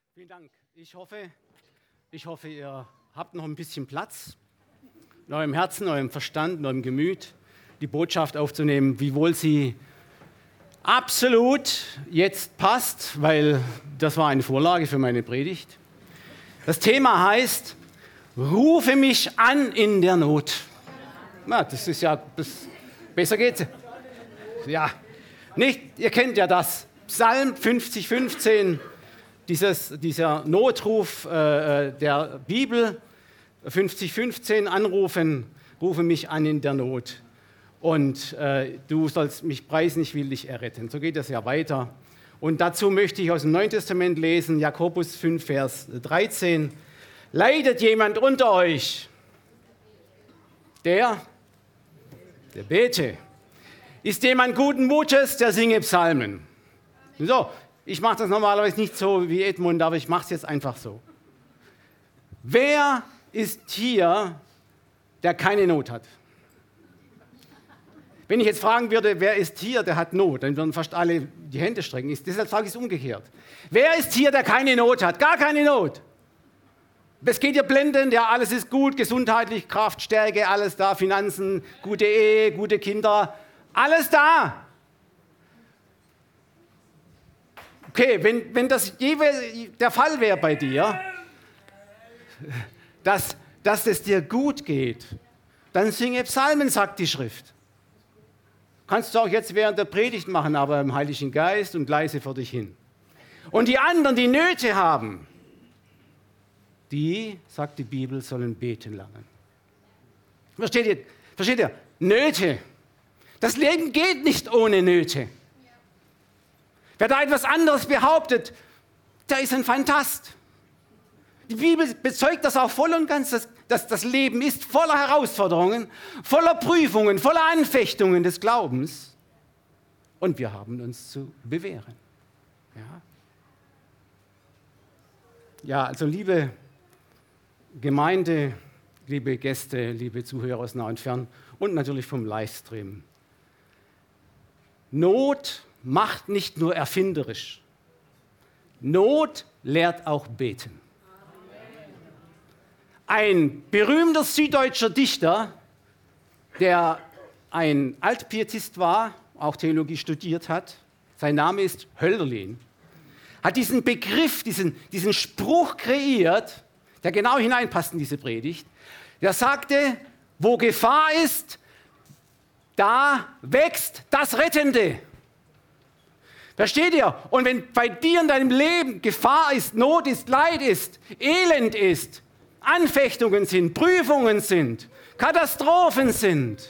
Vielen Dank. Ich hoffe, ihr habt noch ein bisschen Platz, in eurem Herzen, eurem Verstand, in eurem Gemüt, die Botschaft aufzunehmen, wiewohl sie absolut jetzt passt, weil das war eine Vorlage für meine Predigt. Das Thema heißt, rufe mich an in der Not. Na, das ist ja, besser geht's. Ja, nicht, ihr kennt ja das. Psalm 50, 15. Dieser Notruf der Bibel, 50,15, anrufen, rufe mich an in der Not. Und du sollst mich preisen, ich will dich erretten. So geht das ja weiter. Und dazu möchte ich aus dem Neuen Testament lesen, Jakobus 5, Vers 13. Leidet jemand unter euch, der bete. Ist jemand guten Mutes, der singe Psalmen. So. Ich mache das normalerweise nicht so wie Edmund, aber ich mache es jetzt einfach so. Wer ist hier, der keine Not hat? Wenn ich jetzt fragen würde, wer ist hier, der hat Not, dann würden fast alle die Hände strecken. Deshalb frage ich es umgekehrt. Wer ist hier, der keine Not hat? Gar keine Not. Es geht dir blendend, ja, alles ist gut, gesundheitlich, Kraft, Stärke, alles da, Finanzen, gute Ehe, gute Kinder, alles da. Okay, wenn das der Fall wäre bei dir, dass es dir gut geht, dann singe Psalmen, sagt die Schrift. Kannst du auch jetzt während der Predigt machen, aber im Heiligen Geist und leise vor dich hin. Und die anderen, die Nöte haben, die, sagt die Bibel, sollen beten lernen. Versteht ihr? Nöte. Das Leben geht nicht ohne Nöte. Wer da etwas anderes behauptet, der ist ein Phantast. Die Bibel bezeugt das auch voll und ganz, dass das Leben ist voller Herausforderungen, voller Prüfungen, voller Anfechtungen des Glaubens. Und wir haben uns zu bewähren. Ja, also liebe Gemeinde, liebe Gäste, liebe Zuhörer aus nah und fern und natürlich vom Livestream. Not macht nicht nur erfinderisch. Not lehrt auch beten. Ein berühmter süddeutscher Dichter, der ein Altpietist war, auch Theologie studiert hat, sein Name ist Hölderlin, hat diesen Begriff, diesen Spruch kreiert, der genau hineinpasst in diese Predigt. Der sagte, wo Gefahr ist, da wächst das Rettende. Versteht ihr? Und wenn bei dir in deinem Leben Gefahr ist, Not ist, Leid ist, Elend ist, Anfechtungen sind, Prüfungen sind, Katastrophen sind,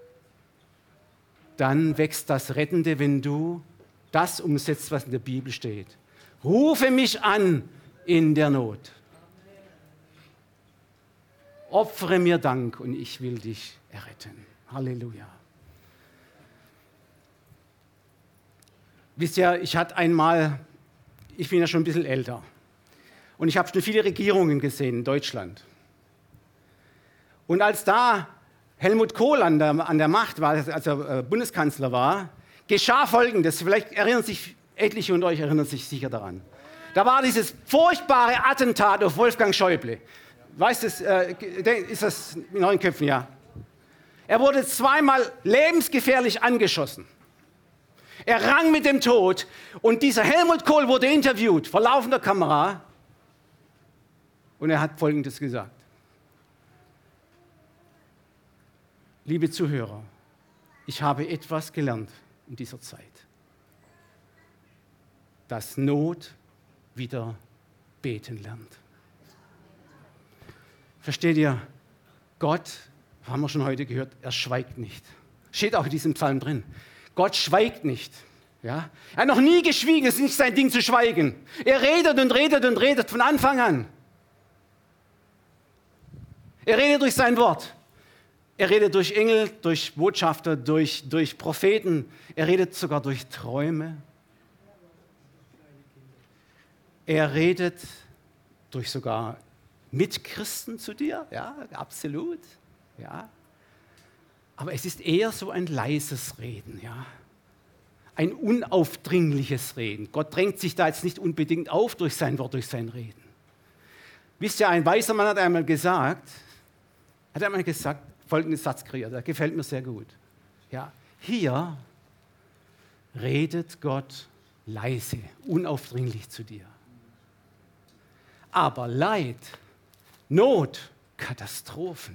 dann wächst das Rettende, wenn du das umsetzt, was in der Bibel steht. Rufe mich an in der Not. Opfere mir Dank und ich will dich erretten. Halleluja. Wisst ihr, ich bin ja schon ein bisschen älter und ich habe schon viele Regierungen gesehen in Deutschland. Und als da Helmut Kohl an der Macht war, als er Bundeskanzler war, geschah Folgendes, vielleicht erinnern sich etliche unter euch erinnern sich sicher daran. Da war dieses furchtbare Attentat auf Wolfgang Schäuble. Weißt du, ist das in euren Köpfen, ja? Er wurde zweimal lebensgefährlich angeschossen. Er rang mit dem Tod und dieser Helmut Kohl wurde interviewt vor laufender Kamera und er hat Folgendes gesagt. Liebe Zuhörer, ich habe etwas gelernt in dieser Zeit, dass Not wieder beten lernt. Versteht ihr? Gott, haben wir schon heute gehört, er schweigt nicht. Steht auch in diesem Psalm drin. Gott schweigt nicht. Ja? Er hat noch nie geschwiegen, es ist nicht sein Ding zu schweigen. Er redet und redet und redet von Anfang an. Er redet durch sein Wort. Er redet durch Engel, durch Botschafter, durch Propheten. Er redet sogar durch Träume. Er redet durch sogar Mitchristen zu dir. Ja, absolut. Ja. Aber es ist eher so ein leises Reden, ja. ein unaufdringliches Reden. Gott drängt sich da jetzt nicht unbedingt auf durch sein Wort, durch sein Reden. Wisst ihr, ein weiser Mann hat einmal gesagt, folgenden Satz kreiert, der gefällt mir sehr gut. Ja, hier redet Gott leise, unaufdringlich zu dir. Aber Leid, Not, Katastrophen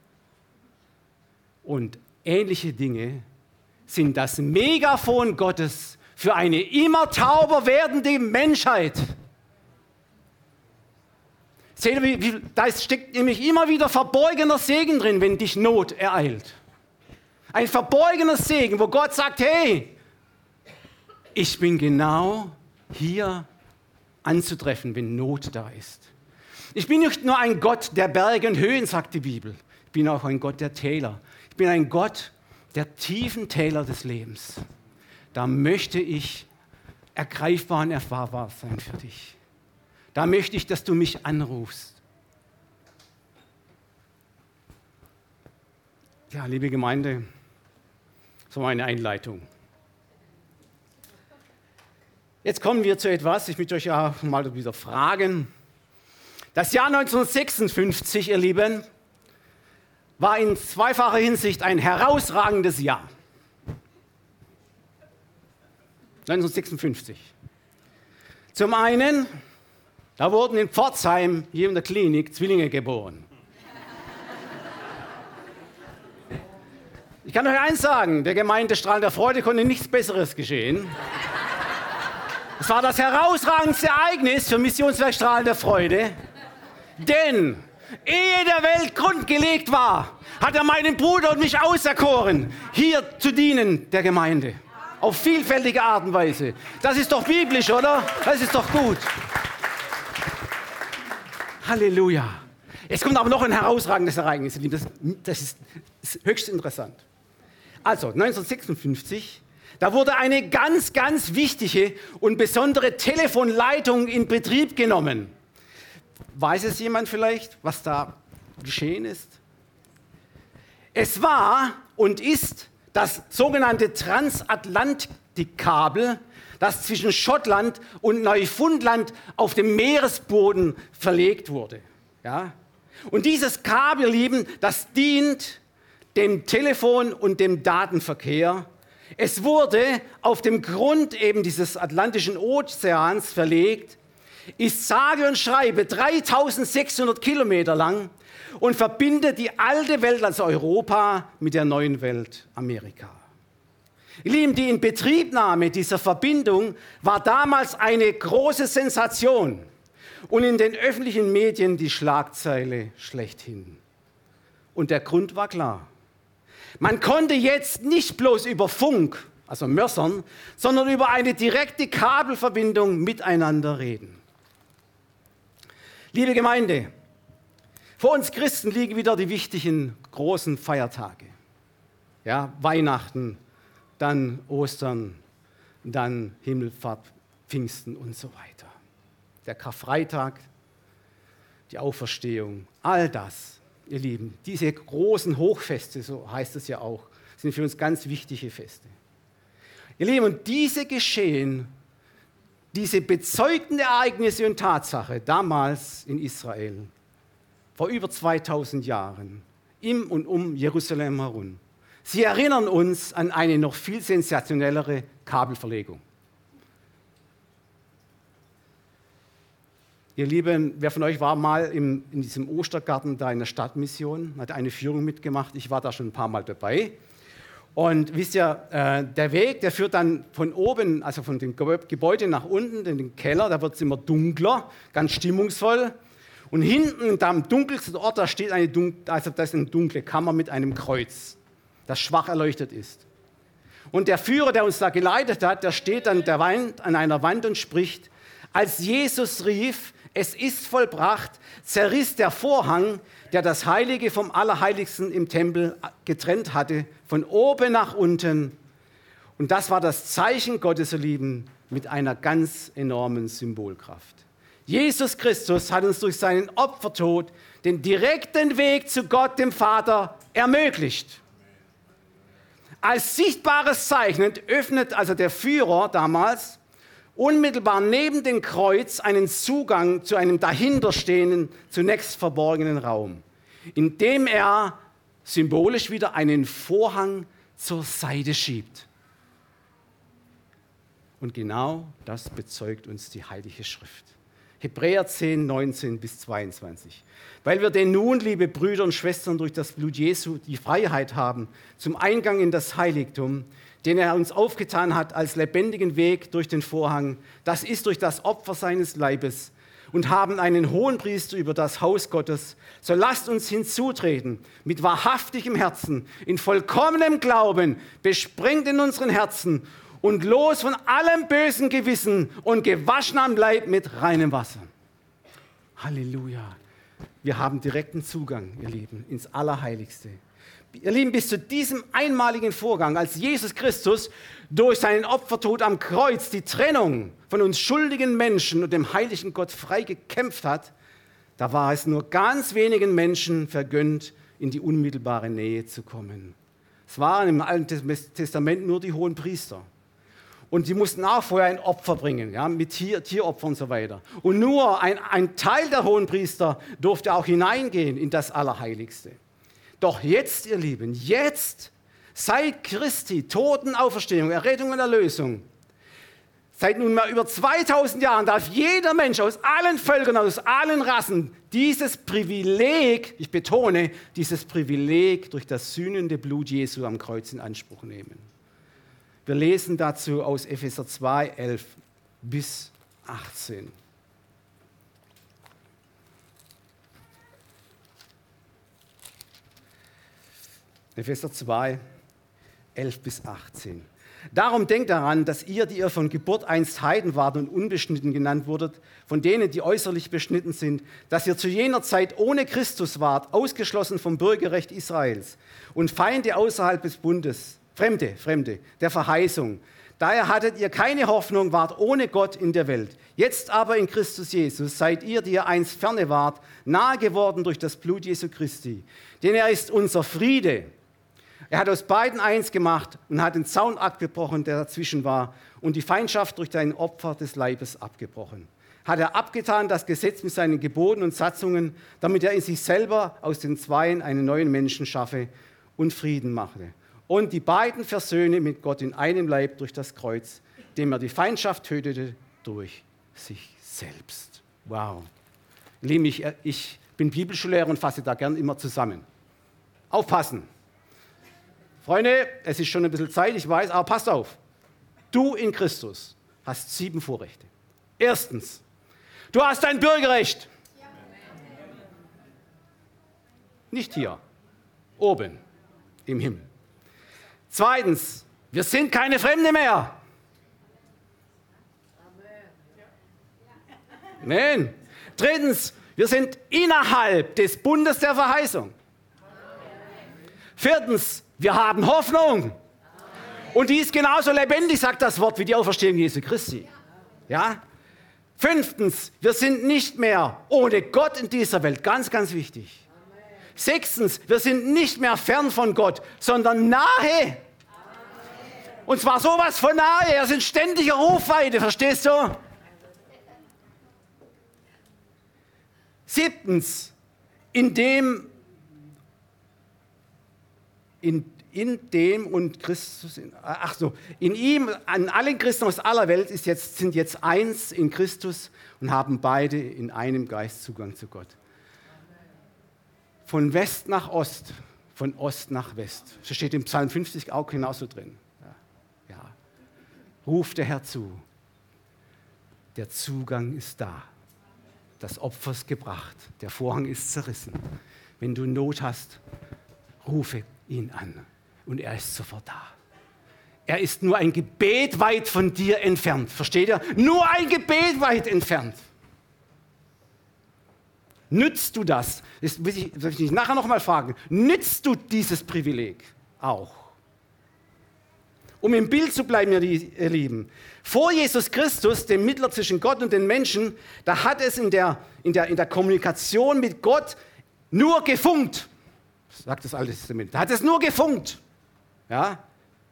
und ähnliche Dinge sind das Megafon Gottes für eine immer tauber werdende Menschheit. Seht ihr, da steckt nämlich immer wieder verborgener Segen drin, wenn dich Not ereilt. Ein verborgener Segen, wo Gott sagt, hey, ich bin genau hier anzutreffen, wenn Not da ist. Ich bin nicht nur ein Gott der Berge und Höhen, sagt die Bibel. Ich bin auch ein Gott der Täler. Ich bin ein Gott der tiefen Täler des Lebens. Da möchte ich ergreifbar und erfahrbar sein für dich. Da möchte ich, dass du mich anrufst. Ja, liebe Gemeinde, so meine Einleitung. Jetzt kommen wir zu etwas, ich möchte euch ja mal wieder fragen. Das Jahr 1956, ihr Lieben, war in zweifacher Hinsicht ein herausragendes Jahr. 1956. Zum einen, da wurden in Pforzheim, hier in der Klinik, Zwillinge geboren. Ich kann euch eins sagen, der Gemeinde Strahlen der Freude konnte nichts Besseres geschehen. Es war das herausragendste Ereignis für Missionswerk Strahlen der Freude, denn ehe der Welt Grund gelegt war, hat er meinen Bruder und mich auserkoren, hier zu dienen der Gemeinde. Auf vielfältige Art und Weise. Das ist doch biblisch, oder? Das ist doch gut. Halleluja. Es kommt aber noch ein herausragendes Ereignis. Das ist höchst interessant. Also 1956, da wurde eine ganz, ganz wichtige und besondere Telefonleitung in Betrieb genommen. Weiß es jemand vielleicht, was da geschehen ist? Es war und ist das sogenannte Transatlantikkabel, das zwischen Schottland und Neufundland auf dem Meeresboden verlegt wurde. Ja? Und dieses Kabel, Lieben, das dient dem Telefon- und dem Datenverkehr. Es wurde auf dem Grund eben dieses Atlantischen Ozeans verlegt, ist sage und schreibe 3600 Kilometer lang und verbindet die alte Welt, also Europa, mit der neuen Welt, Amerika. Ihr Lieben, die Inbetriebnahme dieser Verbindung war damals eine große Sensation und in den öffentlichen Medien die Schlagzeile schlechthin. Und der Grund war klar. Man konnte jetzt nicht bloß über Funk, also Mörsern, sondern über eine direkte Kabelverbindung miteinander reden. Liebe Gemeinde, vor uns Christen liegen wieder die wichtigen großen Feiertage. Ja, Weihnachten, dann Ostern, dann Himmelfahrt, Pfingsten und so weiter. Der Karfreitag, die Auferstehung, all das, ihr Lieben, diese großen Hochfeste, so heißt es ja auch, sind für uns ganz wichtige Feste. Ihr Lieben, und diese geschehen, diese bezeugten Ereignisse und Tatsache damals in Israel, vor über 2000 Jahren, im und um Jerusalem herum. Sie erinnern uns an eine noch viel sensationellere Kabelverlegung. Ihr Lieben, wer von euch war mal in diesem Ostergarten da in der Stadtmission, hat eine Führung mitgemacht, ich war da schon ein paar Mal dabei. Und wisst ihr, der Weg, der führt dann von oben, also von dem Gebäude nach unten, in den Keller, da wird es immer dunkler, ganz stimmungsvoll. Und hinten, da am dunkelsten Ort, da steht das ist eine dunkle Kammer mit einem Kreuz, das schwach erleuchtet ist. Und der Führer, der uns da geleitet hat, der steht an einer Wand und spricht, als Jesus rief, es ist vollbracht, zerriss der Vorhang, der das Heilige vom Allerheiligsten im Tempel getrennt hatte, von oben nach unten. Und das war das Zeichen Gottes, ihr Lieben, mit einer ganz enormen Symbolkraft. Jesus Christus hat uns durch seinen Opfertod den direkten Weg zu Gott, dem Vater, ermöglicht. Als sichtbares Zeichen öffnet also der Führer damals unmittelbar neben dem Kreuz einen Zugang zu einem dahinterstehenden, zunächst verborgenen Raum, in dem er symbolisch wieder einen Vorhang zur Seite schiebt. Und genau das bezeugt uns die Heilige Schrift. Hebräer 10, 19 bis 22. Weil wir denn nun, liebe Brüder und Schwestern, durch das Blut Jesu die Freiheit haben zum Eingang in das Heiligtum, den er uns aufgetan hat als lebendigen Weg durch den Vorhang, das ist durch das Opfer seines Leibes, und haben einen Hohenpriester über das Haus Gottes, so lasst uns hinzutreten mit wahrhaftigem Herzen, in vollkommenem Glauben, besprengt in unseren Herzen und los von allem bösen Gewissen und gewaschen am Leib mit reinem Wasser. Halleluja. Wir haben direkten Zugang, ihr Lieben, ins Allerheiligste. Ihr Lieben, bis zu diesem einmaligen Vorgang, als Jesus Christus durch seinen Opfertod am Kreuz die Trennung von uns schuldigen Menschen und dem heiligen Gott frei gekämpft hat, da war es nur ganz wenigen Menschen vergönnt, in die unmittelbare Nähe zu kommen. Es waren im Alten Testament nur die hohen Priester. Und sie mussten auch vorher ein Opfer bringen, ja, mit Tieropfern und so weiter. Und nur ein Teil der Hohenpriester durfte auch hineingehen in das Allerheiligste. Doch jetzt, ihr Lieben, jetzt, seit Christi Totenauferstehung, Errettung und Erlösung, seit nunmehr über 2000 Jahren darf jeder Mensch aus allen Völkern, aus allen Rassen dieses Privileg, ich betone, dieses Privileg durch das sühnende Blut Jesu am Kreuz in Anspruch nehmen. Wir lesen dazu aus Epheser 2, 11 bis 18. Epheser 2, 11 bis 18. Darum denkt daran, dass ihr, die ihr von Geburt einst Heiden wart und unbeschnitten genannt wurdet, von denen, die äußerlich beschnitten sind, dass ihr zu jener Zeit ohne Christus wart, ausgeschlossen vom Bürgerrecht Israels und Feinde außerhalb des Bundes, Fremde der Verheißung. Daher hattet ihr keine Hoffnung, wart ohne Gott in der Welt. Jetzt aber in Christus Jesus seid ihr, die ihr einst ferne wart, nahe geworden durch das Blut Jesu Christi. Denn er ist unser Friede. Er hat aus beiden eins gemacht und hat den Zaun abgebrochen, der dazwischen war, und die Feindschaft durch sein Opfer des Leibes abgebrochen. Hat er abgetan das Gesetz mit seinen Geboten und Satzungen, damit er in sich selber aus den Zweien einen neuen Menschen schaffe und Frieden mache. Und die beiden versöhne mit Gott in einem Leib durch das Kreuz, dem er die Feindschaft tötete durch sich selbst. Wow. Lieben, ich bin Bibelschullehrer und fasse da gern immer zusammen. Aufpassen. Freunde, es ist schon ein bisschen Zeit, ich weiß, aber passt auf. Du in Christus hast 7 Vorrechte. Erstens, du hast ein Bürgerrecht. Nicht hier, oben im Himmel. Zweitens, wir sind keine Fremde mehr. Amen. Drittens, wir sind innerhalb des Bundes der Verheißung. Viertens, wir haben Hoffnung. Und die ist genauso lebendig, sagt das Wort, wie die Auferstehung Jesu Christi. Ja? Fünftens, wir sind nicht mehr ohne Gott in dieser Welt. Ganz, ganz wichtig. Sechstens, wir sind nicht mehr fern von Gott, sondern nahe. Und zwar sowas von nahe, er ist in ständiger Rufweite, verstehst du? Siebtens, in dem und Christus, in ihm, an allen Christen aus aller Welt sind jetzt eins in Christus und haben beide in einem Geist Zugang zu Gott. Von West nach Ost, von Ost nach West. Das steht im Psalm 50 auch genauso drin. Ja. Ruft der Herr zu. Der Zugang ist da. Das Opfer ist gebracht. Der Vorhang ist zerrissen. Wenn du Not hast, rufe ihn an. Und er ist sofort da. Er ist nur ein Gebet weit von dir entfernt. Versteht ihr? Nur ein Gebet weit entfernt. Nützt du das? Das will ich dich nachher noch mal fragen. Nützt du dieses Privileg auch? Um im Bild zu bleiben, ihr Lieben. Vor Jesus Christus, dem Mittler zwischen Gott und den Menschen, da hat es in der Kommunikation mit Gott nur gefunkt. Sagt das Alte Testament. Da hat es nur gefunkt. Ja?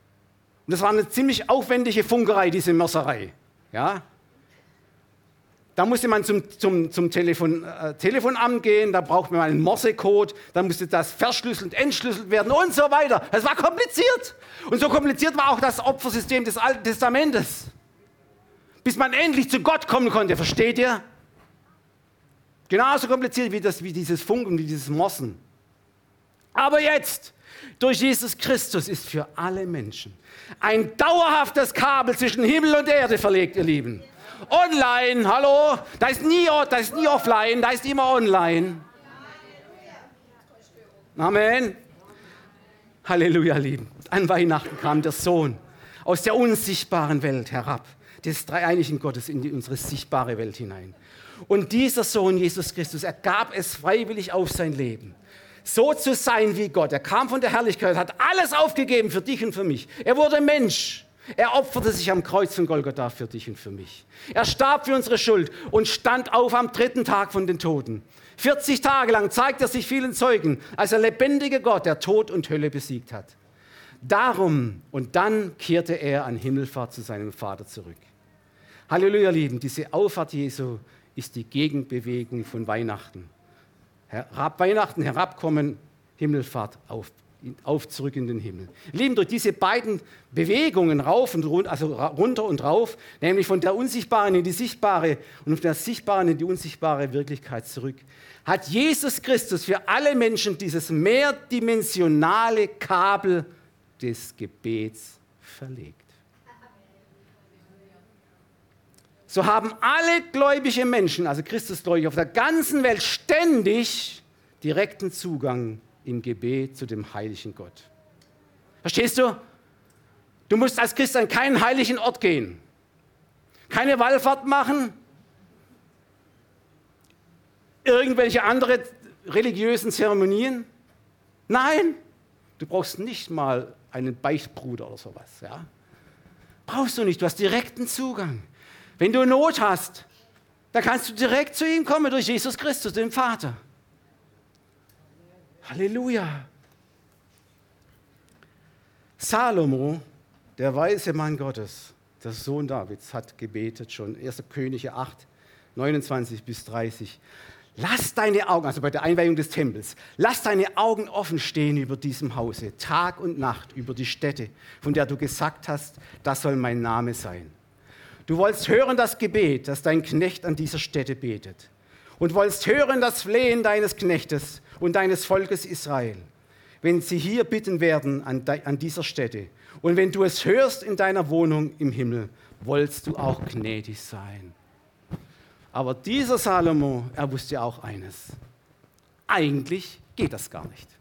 Und das war eine ziemlich aufwendige Funkerei, diese Mörserei. Ja? Da musste man zum Telefonamt gehen, da brauchte man einen Morsecode, dann musste das verschlüsselt, entschlüsselt werden und so weiter. Das war kompliziert. Und so kompliziert war auch das Opfersystem des Alten Testamentes. Bis man endlich zu Gott kommen konnte, versteht ihr? Genauso kompliziert wie dieses Funken, wie dieses Morsen. Aber jetzt, durch Jesus Christus ist für alle Menschen ein dauerhaftes Kabel zwischen Himmel und Erde verlegt, ihr Lieben. Online, hallo, da ist nie offline, da ist immer online. Amen. Halleluja, Lieben. An Weihnachten kam der Sohn aus der unsichtbaren Welt herab, des dreieinigen Gottes in unsere sichtbare Welt hinein. Und dieser Sohn, Jesus Christus, er gab es freiwillig auf sein Leben. So zu sein wie Gott. Er kam von der Herrlichkeit, hat alles aufgegeben für dich und für mich. Er wurde Mensch. Er opferte sich am Kreuz von Golgatha für dich und für mich. Er starb für unsere Schuld und stand auf am 3. Tag von den Toten. 40 Tage lang zeigt er sich vielen Zeugen als der lebendige Gott, der Tod und Hölle besiegt hat. Darum und dann kehrte er an Himmelfahrt zu seinem Vater zurück. Halleluja, Lieben, diese Auffahrt Jesu ist die Gegenbewegung von Weihnachten. Weihnachten, herabkommen, Himmelfahrt, auf zurück in den Himmel. Lieben, durch diese beiden Bewegungen rauf und runter, also runter und rauf, nämlich von der unsichtbaren in die sichtbare und von der sichtbaren in die unsichtbare Wirklichkeit zurück, hat Jesus Christus für alle Menschen dieses mehrdimensionale Kabel des Gebets verlegt. So haben alle gläubige Menschen, also Christusgläubige auf der ganzen Welt, ständig direkten Zugang im Gebet zu dem heiligen Gott. Verstehst du? Du musst als Christ an keinen heiligen Ort gehen, keine Wallfahrt machen, irgendwelche andere religiösen Zeremonien. Nein, du brauchst nicht mal einen Beichtbruder oder sowas. Ja? Brauchst du nicht, du hast direkten Zugang. Wenn du Not hast, dann kannst du direkt zu ihm kommen durch Jesus Christus, dem Vater. Halleluja. Salomo, der weise Mann Gottes, der Sohn Davids, hat gebetet schon, 1. Könige 8, 29 bis 30. Lass deine Augen, also bei der Einweihung des Tempels, lass deine Augen offen stehen über diesem Hause, Tag und Nacht, über die Stätte, von der du gesagt hast, das soll mein Name sein. Du wolltest hören das Gebet, das dein Knecht an dieser Stätte betet. Und wolltest hören das Flehen deines Knechtes und deines Volkes Israel, wenn sie hier bitten werden an dieser Stätte. Und wenn du es hörst in deiner Wohnung im Himmel, wolltest du auch gnädig sein. Aber dieser Salomo, er wusste auch eines. Eigentlich geht das gar nicht.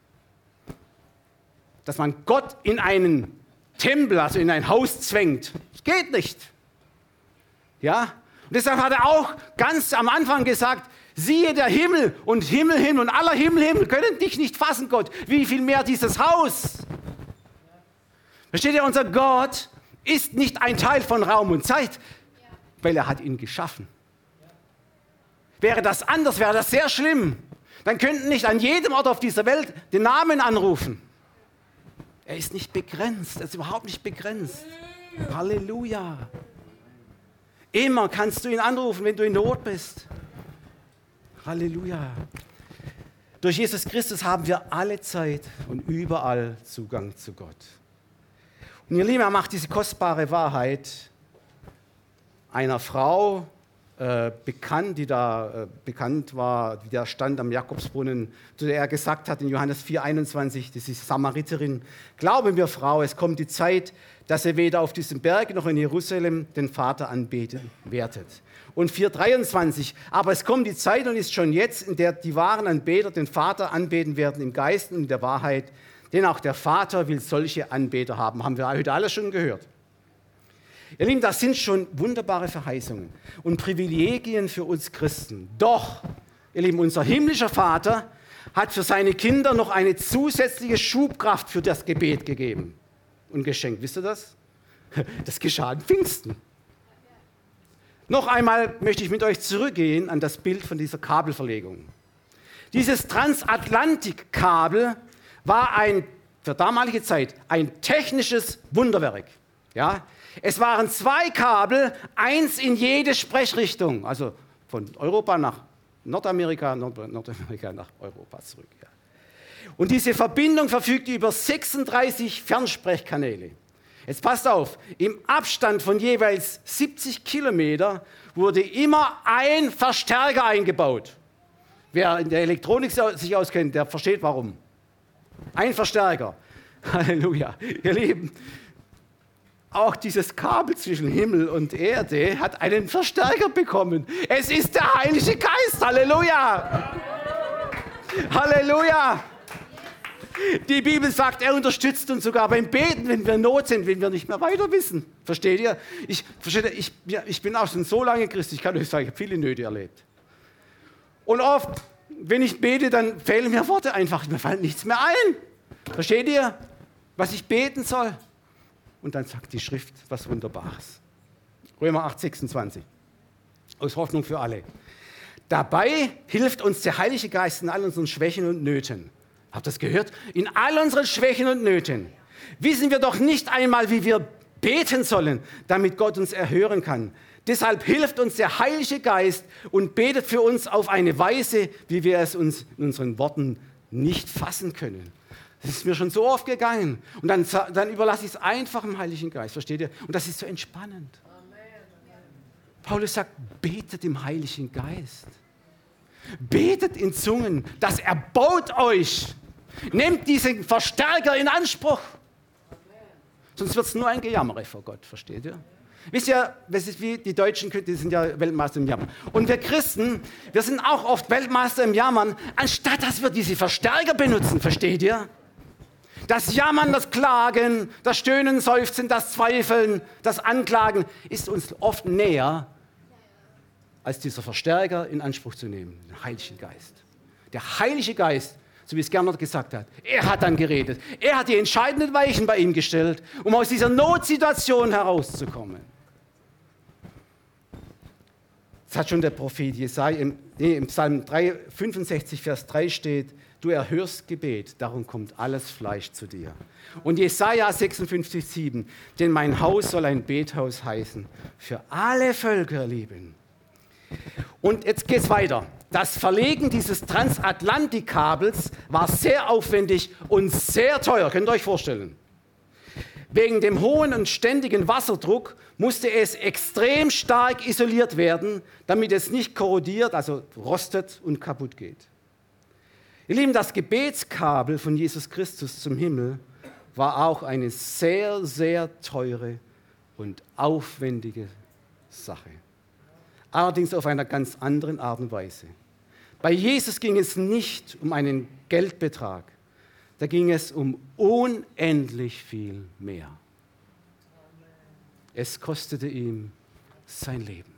Dass man Gott in einen Tempel, also in ein Haus zwängt, das geht nicht. Ja? Und deshalb hat er auch ganz am Anfang gesagt, siehe der Himmel und Himmel und aller Himmel können dich nicht fassen, Gott. Wie viel mehr dieses Haus? Versteht ihr, unser Gott ist nicht ein Teil von Raum und Zeit, weil er hat ihn geschaffen. Wäre das anders, wäre das sehr schlimm. Dann könnten nicht an jedem Ort auf dieser Welt den Namen anrufen. Er ist nicht begrenzt, er ist überhaupt nicht begrenzt. Halleluja. Immer kannst du ihn anrufen, wenn du in Not bist. Halleluja. Durch Jesus Christus haben wir alle Zeit und überall Zugang zu Gott. Und ihr Lieben, er macht diese kostbare Wahrheit einer Frau bekannt, die da bekannt war, die da stand am Jakobsbrunnen, zu der er gesagt hat in Johannes 4,21, das ist Samariterin, glaube mir, Frau, es kommt die Zeit, dass ihr weder auf diesem Berg noch in Jerusalem den Vater anbeten werdet. Und 4,23, aber es kommt die Zeit und ist schon jetzt, in der die wahren Anbeter den Vater anbeten werden im Geist und in der Wahrheit, denn auch der Vater will solche Anbeter haben. Haben wir heute alles schon gehört. Ihr Lieben, das sind schon wunderbare Verheißungen und Privilegien für uns Christen. Doch, ihr Lieben, unser himmlischer Vater hat für seine Kinder noch eine zusätzliche Schubkraft für das Gebet gegeben und geschenkt. Wisst ihr das? Das geschah an Pfingsten. Noch einmal möchte ich mit euch zurückgehen an das Bild von dieser Kabelverlegung. Dieses Transatlantikkabel war ein für damalige Zeit ein technisches Wunderwerk. Ja? Es waren 2 Kabel, 1 in jede Sprechrichtung, also von Europa nach Nordamerika, Nordamerika nach Europa zurück. Ja. Und diese Verbindung verfügte über 36 Fernsprechkanäle. Jetzt passt auf, im Abstand von jeweils 70 Kilometer wurde immer ein Verstärker eingebaut. Wer in der Elektronik sich auskennt, der versteht warum. Ein Verstärker. Halleluja. Ihr Lieben, auch dieses Kabel zwischen Himmel und Erde hat einen Verstärker bekommen. Es ist der Heilige Geist. Halleluja. Halleluja. Die Bibel sagt, er unterstützt uns sogar beim Beten, wenn wir in Not sind, wenn wir nicht mehr weiter wissen. Versteht ihr? Ich bin auch schon so lange Christ, ich kann euch sagen, ich habe viele Nöte erlebt. Und oft, wenn ich bete, dann fehlen mir Worte einfach, mir fällt nichts mehr ein. Versteht ihr, was ich beten soll? Und dann sagt die Schrift was Wunderbares. Römer 8, 26. Aus Hoffnung für alle. Dabei hilft uns der Heilige Geist in all unseren Schwächen und Nöten. Habt ihr das gehört? In all unseren Schwächen und Nöten. Wissen wir doch nicht einmal, wie wir beten sollen, damit Gott uns erhören kann. Deshalb hilft uns der Heilige Geist und betet für uns auf eine Weise, wie wir es uns in unseren Worten nicht fassen können. Das ist mir schon so oft gegangen. Und dann überlasse ich es einfach dem Heiligen Geist, versteht ihr? Und das ist so entspannend. Paulus sagt, betet im Heiligen Geist. Betet in Zungen, das erbaut euch. Nehmt diesen Verstärker in Anspruch. Sonst wird es nur ein Gejammere vor Gott, versteht ihr? Wisst ihr, das ist wie die Deutschen, die sind ja Weltmeister im Jammern. Und wir Christen, wir sind auch oft Weltmeister im Jammern, anstatt dass wir diese Verstärker benutzen, versteht ihr? Das Jammern, das Klagen, das Stöhnen, Seufzen, das Zweifeln, das Anklagen ist uns oft näher, als dieser Verstärker in Anspruch zu nehmen, den Heiligen Geist. Der Heilige Geist, so wie es Gernot gesagt hat, er hat dann geredet. Er hat die entscheidenden Weichen bei ihm gestellt, um aus dieser Notsituation herauszukommen. Das hat schon der Prophet Jesaja im Psalm 65, Vers 3 steht, du erhörst Gebet, darum kommt alles Fleisch zu dir. Und Jesaja 56, 7, denn mein Haus soll ein Bethaus heißen, für alle Völker lieben. Und jetzt geht es weiter. Das Verlegen dieses Transatlantikkabels war sehr aufwendig und sehr teuer, könnt ihr euch vorstellen. Wegen dem hohen und ständigen Wasserdruck musste es extrem stark isoliert werden, damit es nicht korrodiert, also rostet und kaputt geht. Ihr Lieben, das Gebetskabel von Jesus Christus zum Himmel war auch eine sehr, sehr teure und aufwendige Sache. Allerdings auf einer ganz anderen Art und Weise. Bei Jesus ging es nicht um einen Geldbetrag, da ging es um unendlich viel mehr. Es kostete ihm sein Leben.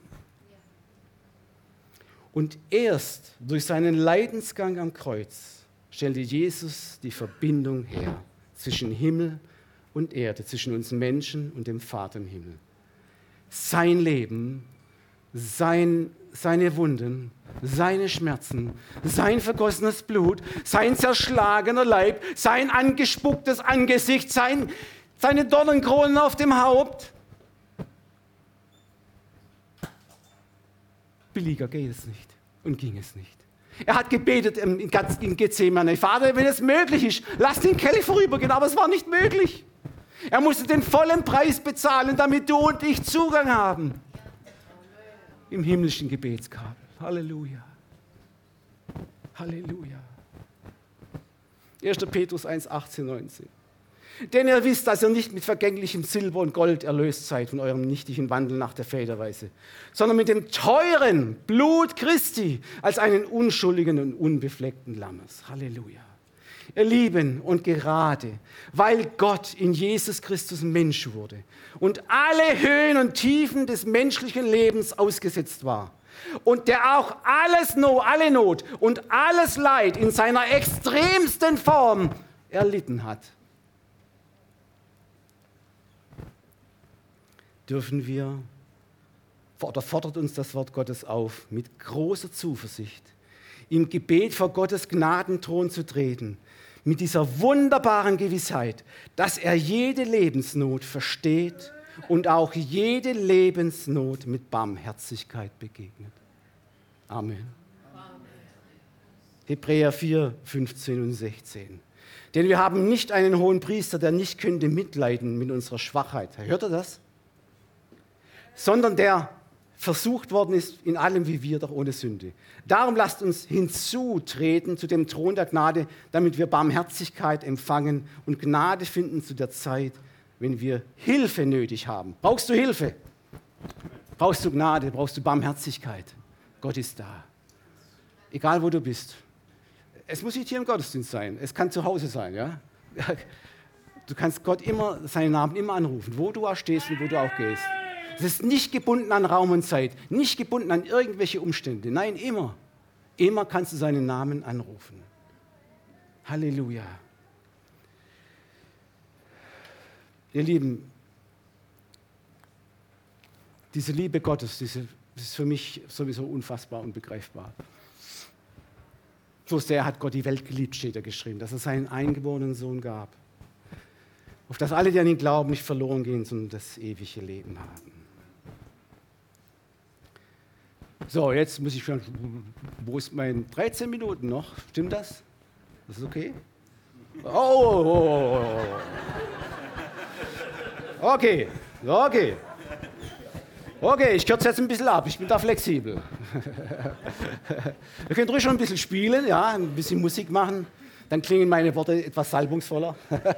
Und erst durch seinen Leidensgang am Kreuz stellte Jesus die Verbindung her zwischen Himmel und Erde, zwischen uns Menschen und dem Vater im Himmel. Sein Leben, seine Wunden, seine Schmerzen, sein vergossenes Blut, sein zerschlagener Leib, sein angespucktes Angesicht, seine Dornenkronen auf dem Haupt. Billiger geht es nicht und ging es nicht. Er hat gebetet in Gethsemane, Vater, wenn es möglich ist, lass den Kelch vorübergehen, aber es war nicht möglich. Er musste den vollen Preis bezahlen, damit du und ich Zugang haben. Im himmlischen Gebetskabel. Halleluja. Halleluja. 1. Petrus 1, 18, 19. Denn ihr wisst, dass ihr nicht mit vergänglichem Silber und Gold erlöst seid von eurem nichtigen Wandel nach der Väterweise, sondern mit dem teuren Blut Christi als einen unschuldigen und unbefleckten Lammes. Halleluja. Ihr Lieben, und gerade weil Gott in Jesus Christus Mensch wurde und alle Höhen und Tiefen des menschlichen Lebens ausgesetzt war und der auch alle Not und alles Leid in seiner extremsten Form erlitten hat, dürfen wir, oder fordert uns das Wort Gottes auf, mit großer Zuversicht im Gebet vor Gottes Gnadenthron zu treten, mit dieser wunderbaren Gewissheit, dass er jede Lebensnot versteht und auch jede Lebensnot mit Barmherzigkeit begegnet. Amen. Hebräer 4, 15 und 16. Denn wir haben nicht einen hohen Priester, der nicht könnte mitleiden mit unserer Schwachheit. Hört ihr das? Sondern der versucht worden ist in allem wie wir, doch ohne Sünde. Darum lasst uns hinzutreten zu dem Thron der Gnade, damit wir Barmherzigkeit empfangen und Gnade finden zu der Zeit, wenn wir Hilfe nötig haben. Brauchst du Hilfe? Brauchst du Gnade? Brauchst du Barmherzigkeit? Gott ist da. Egal, wo du bist. Es muss nicht hier im Gottesdienst sein. Es kann zu Hause sein. Ja? Du kannst Gott immer, seinen Namen immer anrufen, wo du auch stehst und wo du auch gehst. Es ist nicht gebunden an Raum und Zeit, nicht gebunden an irgendwelche Umstände. Nein, immer. Immer kannst du seinen Namen anrufen. Halleluja. Ihr Lieben, diese Liebe Gottes, das ist für mich sowieso unfassbar und begreifbar. So sehr hat Gott die Welt geliebt, steht er geschrieben, dass er seinen eingeborenen Sohn gab. Auf dass alle, die an ihn glauben, nicht verloren gehen, sondern das ewige Leben haben. So, jetzt muss ich schon, wo ist mein 13 Minuten noch? Stimmt das? Das ist okay? Oh. Okay, okay. Okay, ich kürze jetzt ein bisschen ab, ich bin da flexibel. Ihr könnt ruhig schon ein bisschen spielen, ja, ein bisschen Musik machen, dann klingen meine Worte etwas salbungsvoller.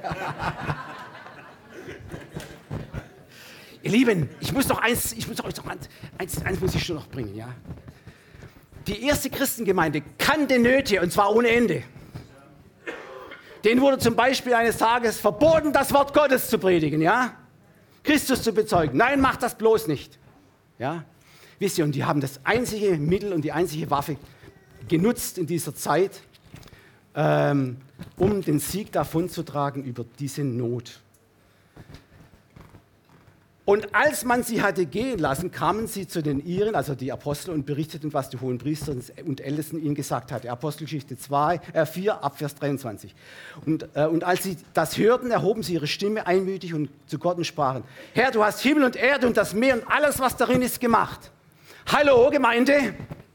Ihr Lieben, eins muss ich schon noch bringen, ja. Die erste Christengemeinde kannte Nöte, und zwar ohne Ende. Denen wurde zum Beispiel eines Tages verboten, das Wort Gottes zu predigen, ja. Christus zu bezeugen. Nein, macht das bloß nicht. Ja? Wisst ihr, und die haben das einzige Mittel und die einzige Waffe genutzt in dieser Zeit, um den Sieg davonzutragen über diese Not. Und als man sie hatte gehen lassen, kamen sie zu den Iren, also die Apostel, und berichteten, was die Hohenpriester und Ältesten ihnen gesagt hatten. Apostelgeschichte 4, Abvers 23. Und als sie das hörten, erhoben sie ihre Stimme einmütig und zu Gott und sprachen: Herr, du hast Himmel und Erde und das Meer und alles, was darin ist, gemacht. Hallo, Gemeinde.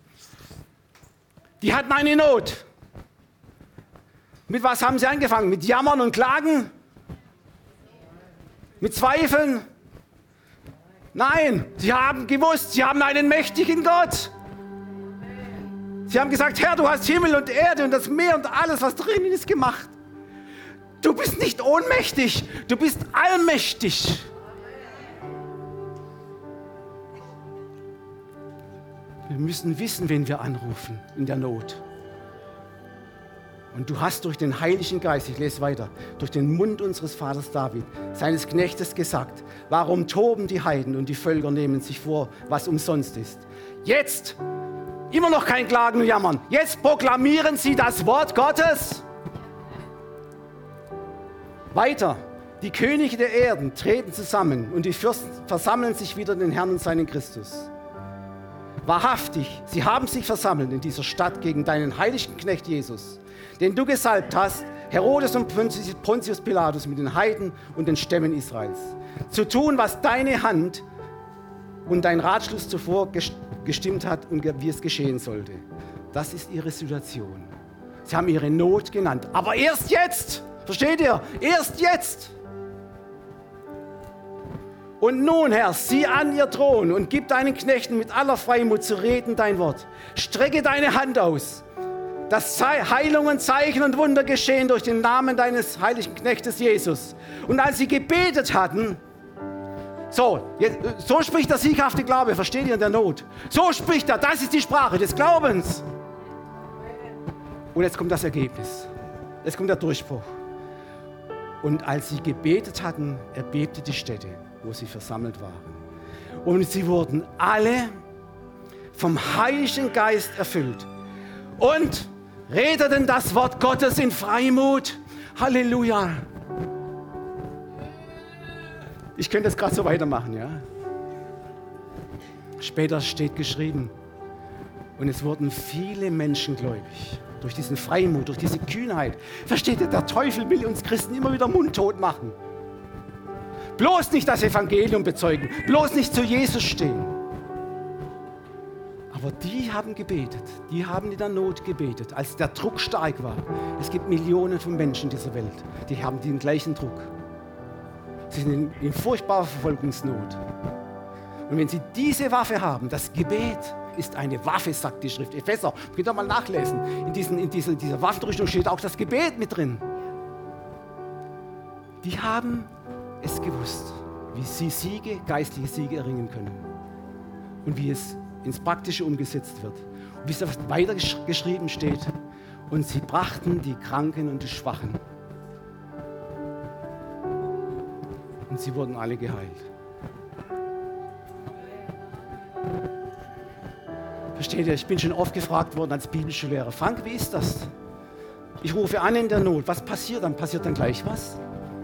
Die hatten eine Not. Mit was haben sie angefangen? Mit Jammern und Klagen? Mit Zweifeln? Nein, sie haben gewusst, sie haben einen mächtigen Gott. Sie haben gesagt: Herr, du hast Himmel und Erde und das Meer und alles, was drin ist, gemacht. Du bist nicht ohnmächtig, du bist allmächtig. Wir müssen wissen, wen wir anrufen in der Not. Und du hast durch den Heiligen Geist, ich lese weiter, durch den Mund unseres Vaters David, seines Knechtes gesagt: Warum toben die Heiden und die Völker nehmen sich vor, was umsonst ist? Jetzt, immer noch kein Klagen und Jammern, jetzt proklamieren sie das Wort Gottes. Weiter, die Könige der Erden treten zusammen und die Fürsten versammeln sich wieder den Herrn und seinen Christus. Wahrhaftig, sie haben sich versammelt in dieser Stadt gegen deinen heiligen Knecht Jesus, den du gesalbt hast, Herodes und Pontius Pilatus mit den Heiden und den Stämmen Israels, zu tun, was deine Hand und dein Ratschluss zuvor gestimmt hat und wie es geschehen sollte. Das ist ihre Situation. Sie haben ihre Not genannt, aber erst jetzt, versteht ihr? Erst jetzt. Und nun, Herr, sieh an ihr Thron und gib deinen Knechten mit aller Freimut zu reden dein Wort. Strecke deine Hand aus, dass Heilungen, Zeichen und Wunder geschehen durch den Namen deines heiligen Knechtes Jesus. Und als sie gebetet hatten, so spricht der sieghafte Glaube, versteht ihr, in der Not. So spricht er, das ist die Sprache des Glaubens. Und jetzt kommt das Ergebnis, jetzt kommt der Durchbruch. Und als sie gebetet hatten, erbebte die Stätte, wo sie versammelt waren. Und sie wurden alle vom Heiligen Geist erfüllt und redeten das Wort Gottes in Freimut. Halleluja. Ich könnte jetzt gerade so weitermachen, ja. Später steht geschrieben: Und es wurden viele Menschen gläubig. Durch diesen Freimut, durch diese Kühnheit. Versteht ihr, der Teufel will uns Christen immer wieder mundtot machen. Bloß nicht das Evangelium bezeugen. Bloß nicht zu Jesus stehen. Aber die haben gebetet. Die haben in der Not gebetet, als der Druck stark war. Es gibt Millionen von Menschen in dieser Welt, die haben den gleichen Druck. Sie sind in furchtbarer Verfolgungsnot. Und wenn sie diese Waffe haben, das Gebet ist eine Waffe, sagt die Schrift. Epheser, könnt ihr mal nachlesen. In dieser Waffenrüstung steht auch das Gebet mit drin. Die haben es gewusst, wie sie geistliche Siege erringen können. Und wie es ins Praktische umgesetzt wird. Und wie es weiter geschrieben steht. Und sie brachten die Kranken und die Schwachen. Und sie wurden alle geheilt. Versteht ihr, ich bin schon oft gefragt worden als Bibelschullehrer, Frank, wie ist das? Ich rufe an in der Not, was passiert dann? Passiert dann gleich was?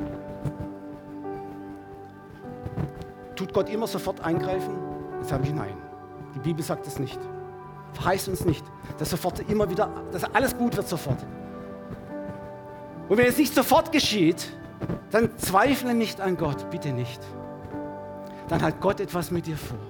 Tut Gott immer sofort eingreifen? Jetzt sage ich nein. Die Bibel sagt es nicht. Verheißt uns nicht, dass sofort immer wieder, dass alles gut wird sofort. Und wenn es nicht sofort geschieht, dann zweifle nicht an Gott, bitte nicht. Dann hat Gott etwas mit dir vor.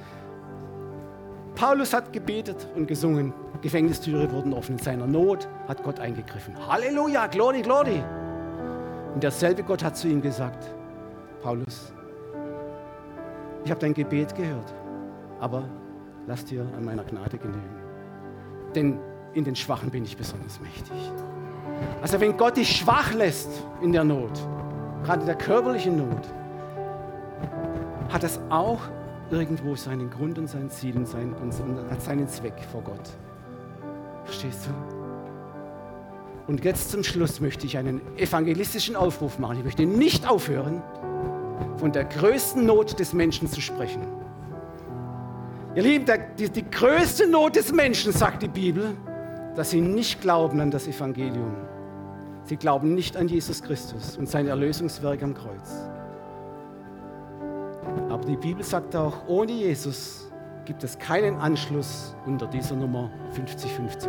Paulus hat gebetet und gesungen, Gefängnistüre wurden offen. In seiner Not hat Gott eingegriffen. Halleluja, Glory, Glory. Und derselbe Gott hat zu ihm gesagt, Paulus, ich habe dein Gebet gehört, aber lass dir an meiner Gnade genügen. Denn in den Schwachen bin ich besonders mächtig. Also wenn Gott dich schwach lässt in der Not, gerade in der körperlichen Not, hat es auch irgendwo seinen Grund und sein Ziel und hat seinen Zweck vor Gott. Verstehst du? Und jetzt zum Schluss möchte ich einen evangelistischen Aufruf machen. Ich möchte nicht aufhören, von der größten Not des Menschen zu sprechen. Ihr Lieben, die größte Not des Menschen, sagt die Bibel, dass sie nicht glauben an das Evangelium. Sie glauben nicht an Jesus Christus und sein Erlösungswerk am Kreuz. Aber die Bibel sagt auch, ohne Jesus gibt es keinen Anschluss unter dieser Nummer 50-50.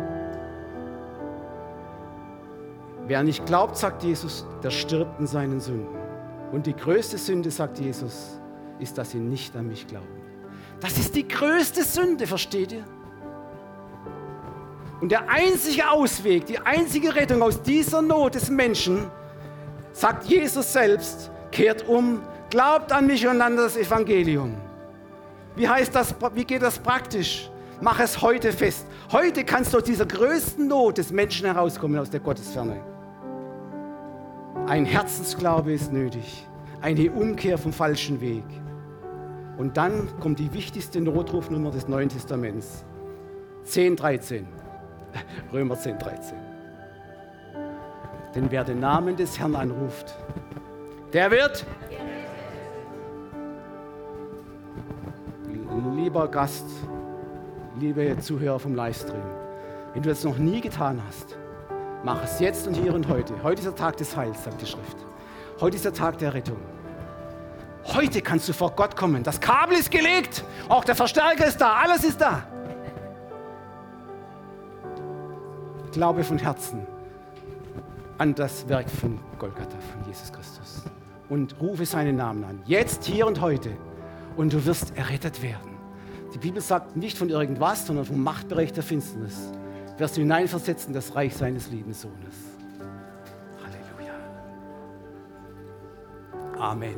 Wer nicht glaubt, sagt Jesus, der stirbt in seinen Sünden. Und die größte Sünde, sagt Jesus, ist, dass sie nicht an mich glauben. Das ist die größte Sünde, versteht ihr? Und der einzige Ausweg, die einzige Rettung aus dieser Not des Menschen, sagt Jesus selbst, kehrt um, glaubt an mich und an das Evangelium. Wie heißt das, wie geht das praktisch? Mach es heute fest. Heute kannst du aus dieser größten Not des Menschen herauskommen, aus der Gottesferne. Ein Herzensglaube ist nötig, eine Umkehr vom falschen Weg. Und dann kommt die wichtigste Notrufnummer des Neuen Testaments. 10,13. Römer 10,13. Denn wer den Namen des Herrn anruft, der wird. Lieber Gast, liebe Zuhörer vom Livestream, wenn du das noch nie getan hast, mach es jetzt und hier und heute. Heute ist der Tag des Heils, sagt die Schrift. Heute ist der Tag der Rettung. Heute kannst du vor Gott kommen. Das Kabel ist gelegt, auch der Verstärker ist da, alles ist da. Glaube von Herzen an das Werk von Golgatha, von Jesus Christus. Und rufe seinen Namen an. Jetzt, hier und heute. Und du wirst errettet werden. Die Bibel sagt nicht von irgendwas, sondern vom Machtbereich der Finsternis. Wirst du hineinversetzt in das Reich seines lieben Sohnes. Halleluja. Amen.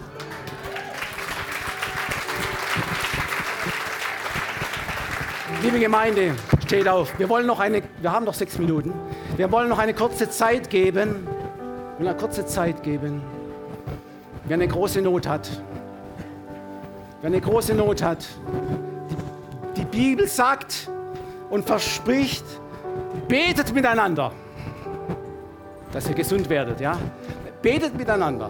Liebe Gemeinde, steht auf. Wir haben noch 6 Minuten. Wir wollen noch eine kurze Zeit geben. Wer eine große Not hat. Die Bibel sagt und verspricht, betet miteinander, dass ihr gesund werdet. Ja? Betet miteinander.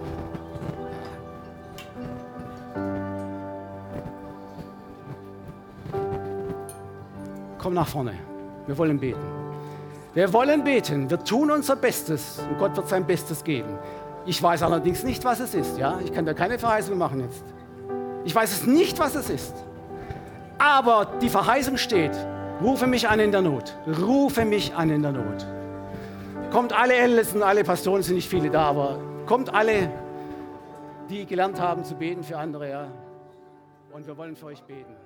Komm nach vorne. Wir wollen beten. Wir tun unser Bestes und Gott wird sein Bestes geben. Ich weiß allerdings nicht, was es ist. Ja? Ich kann da keine Verheißung machen jetzt. Ich weiß es nicht, was es ist. Aber die Verheißung steht, Rufe mich an in der Not. Rufe mich an in der Not. Kommt alle Ältesten, alle Pastoren, es sind nicht viele da, aber kommt alle, die gelernt haben zu beten für andere. Ja. Und wir wollen für euch beten.